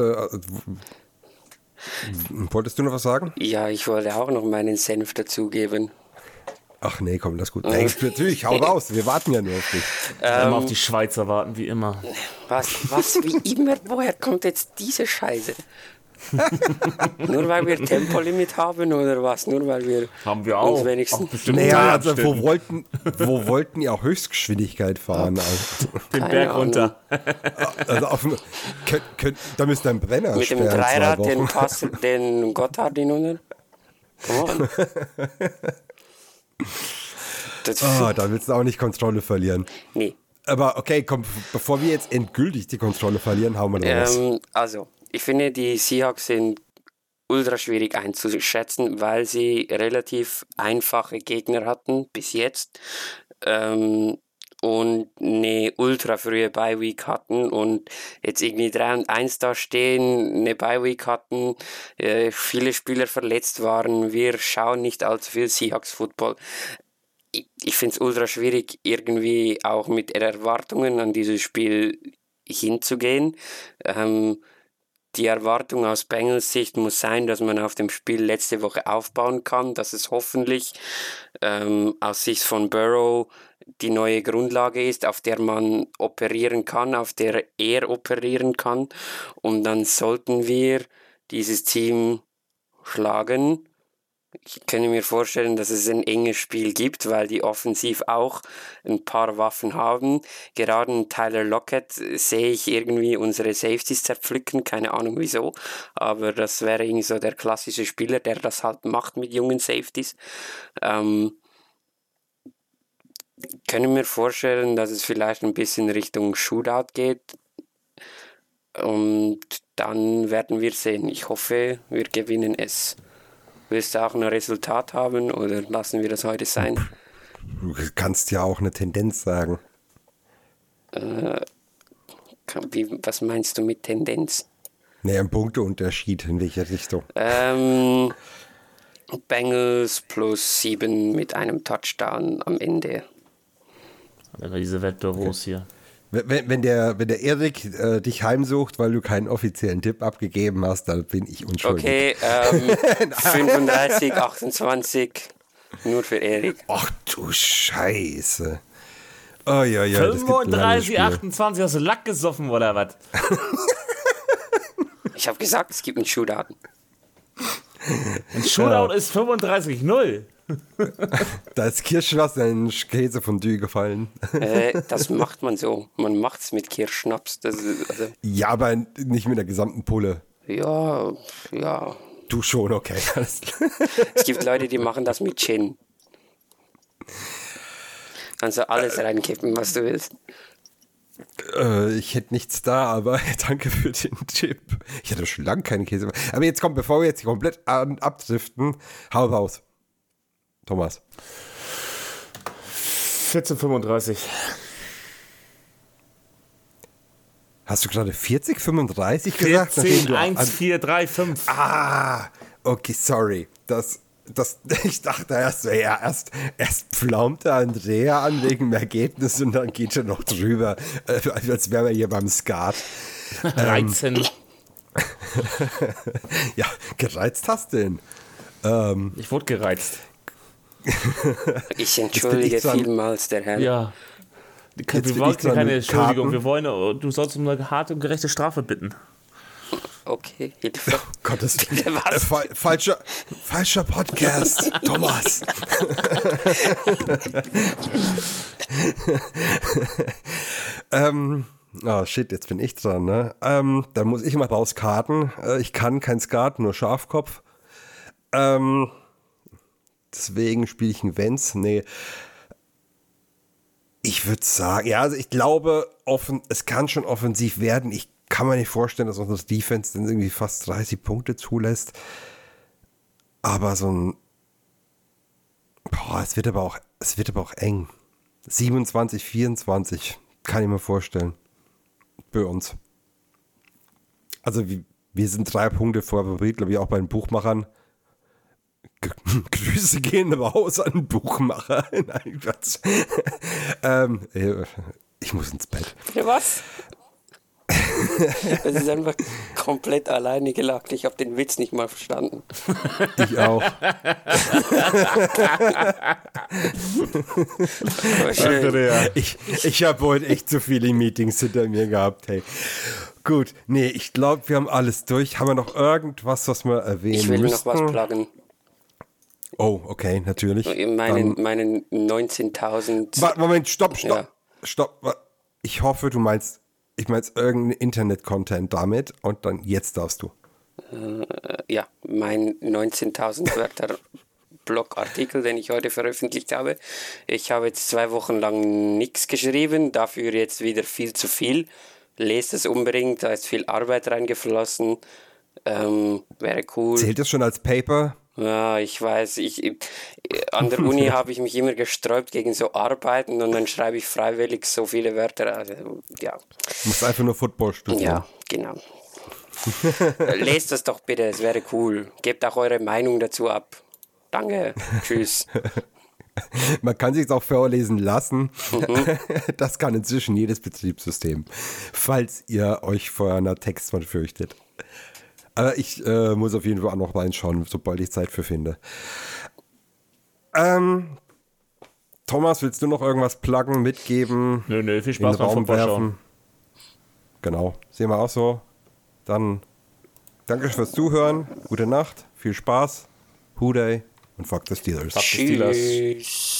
Wolltest du noch was sagen? Ja, ich wollte auch noch meinen Senf dazugeben. Ach nee, komm, das ist gut. Nee, natürlich, hau raus, wir warten ja nur auf dich. Immer auf die Schweizer warten, wie immer. Was, wie immer? Woher kommt jetzt diese Scheiße? Nur weil wir Tempolimit haben oder was? Nur weil wir haben wir auch. Wenigstens naja, also wo wollten ihr auch Höchstgeschwindigkeit fahren? Also, den Berg runter. Also da müsst ihr einen Brenner mit dem Dreirad den Gotthard hinunter. Come on. Da willst du auch nicht Kontrolle verlieren. Nee. Aber okay, komm, bevor wir jetzt endgültig die Kontrolle verlieren, hauen wir da was. Also, ich finde, die Seahawks sind ultra schwierig einzuschätzen, weil sie relativ einfache Gegner hatten bis jetzt. und eine ultra frühe Bye-Week hatten und jetzt irgendwie 3-1 da stehen, eine Bye-Week hatten, viele Spieler verletzt waren, wir schauen nicht allzu viel Seahawks-Football. Ich finde es ultra schwierig, irgendwie auch mit Erwartungen an dieses Spiel hinzugehen. Die Erwartung aus Bengals Sicht muss sein, dass man auf dem Spiel letzte Woche aufbauen kann, dass es hoffentlich aus Sicht von Burrow die neue Grundlage ist, auf der man operieren kann, auf der er operieren kann. Und dann sollten wir dieses Team schlagen. Ich kann mir vorstellen, dass es ein enges Spiel gibt, weil die offensiv auch ein paar Waffen haben. Gerade in Tyler Lockett sehe ich irgendwie unsere Safeties zerpflücken, keine Ahnung wieso, aber das wäre irgendwie so der klassische Spieler, der das halt macht mit jungen Safeties. Können wir vorstellen, dass es vielleicht ein bisschen Richtung Shootout geht und dann werden wir sehen. Ich hoffe, wir gewinnen es. Willst du auch ein Resultat haben oder lassen wir das heute sein? Du kannst ja auch eine Tendenz sagen. Was meinst du mit Tendenz? Naja, ein Punkteunterschied in welche Richtung? Bengals plus 7 mit einem Touchdown am Ende. Diese Wettbüros hier. Wenn der Erik dich heimsucht, weil du keinen offiziellen Tipp abgegeben hast, dann bin ich unschuldig. Okay, 35, 28, nur für Erik. Ach du Scheiße. Oh, ja, 35, 28, hast du Lack gesoffen oder was? Ich habe gesagt, es gibt einen Shootout. Ein Shootout ist 35-0. Da ist Kirschwasser in Käsefondue gefallen. Das macht man so. Man macht es mit Kirschschnaps. Ja, aber nicht mit der gesamten Pulle. Ja. Du schon, okay. Es gibt Leute, die machen das mit Gin. Kannst du alles reinkippen, was du willst. Ich hätte nichts da, aber danke für den Tipp. Ich hatte schon lange keinen Käse. Aber jetzt kommt, bevor wir jetzt komplett abdriften, hau raus. Thomas. 14:35. Hast du gerade 40:35 gesagt? 14, 1, 4, 3, 5. Okay, sorry. Ich dachte erst pflaumt der Andrea an wegen dem Ergebnis und dann geht er noch drüber, als wären wir hier beim Skat. 13. Ja, gereizt hast du ihn. Ich wurde gereizt. Ich entschuldige vielmals, der Herr. Ja. Wir wollen keine Entschuldigung. Wir wollen, du sollst um eine harte und gerechte Strafe bitten. Okay, Hilfe. Oh Gottes falscher Podcast, Thomas. Oh shit, jetzt bin ich dran, ne? Dann muss ich mal rauskarten. Ich kann kein Skat, nur Schafkopf. Deswegen spiele ich einen Wenz. Nee. Ich würde sagen, ja, also ich glaube, es kann schon offensiv werden. Ich kann mir nicht vorstellen, dass unsere Defense dann irgendwie fast 30 Punkte zulässt. Aber es wird aber auch eng. 27, 24 kann ich mir vorstellen. Bei uns. Also wir sind 3 Punkte Favorit, glaube ich, auch bei den Buchmachern. Grüße gehen raus an den Buchmacher. Nein, Quatsch. Ich muss ins Bett. Für was? Das ist einfach komplett alleine gelacht. Ich habe den Witz nicht mal verstanden. Ich auch. Schön. Ich habe heute echt zu viele Meetings hinter mir gehabt. Hey. Gut, nee, ich glaube, wir haben alles durch. Haben wir noch irgendwas, was wir erwähnen Ich will müssten? noch was pluggen. Oh, okay, natürlich. Meinen 19.000... Moment, stopp. Ja. Ich hoffe, ich meinst irgendein Internet-Content damit und dann jetzt darfst du. Ja, mein 19.000 Wörter Blogartikel, den ich heute veröffentlicht habe. Ich habe jetzt 2 Wochen lang nichts geschrieben, dafür jetzt wieder viel zu viel. Lest es unbedingt, da ist viel Arbeit reingeflossen. Wäre cool. Zählt das schon als Paper? Ja, ich weiß. An der Uni habe ich mich immer gesträubt gegen so Arbeiten und dann schreibe ich freiwillig so viele Wörter. Also, ja. Du musst einfach nur Football studieren. Ja, genau. Lest das doch bitte, es wäre cool. Gebt auch eure Meinung dazu ab. Danke. Tschüss. Man kann sich auch vorlesen lassen. Das kann inzwischen jedes Betriebssystem, falls ihr euch vor einer Textwand fürchtet. Aber ich muss auf jeden Fall auch noch reinschauen, sobald ich Zeit für finde. Thomas, willst du noch irgendwas pluggen, mitgeben? Nö, viel Spaß beim Football schauen. Genau, sehen wir auch so. Dann danke fürs Zuhören, gute Nacht, viel Spaß, Who Dey und fuck the Steelers. Fuck the Steelers. Tschüss.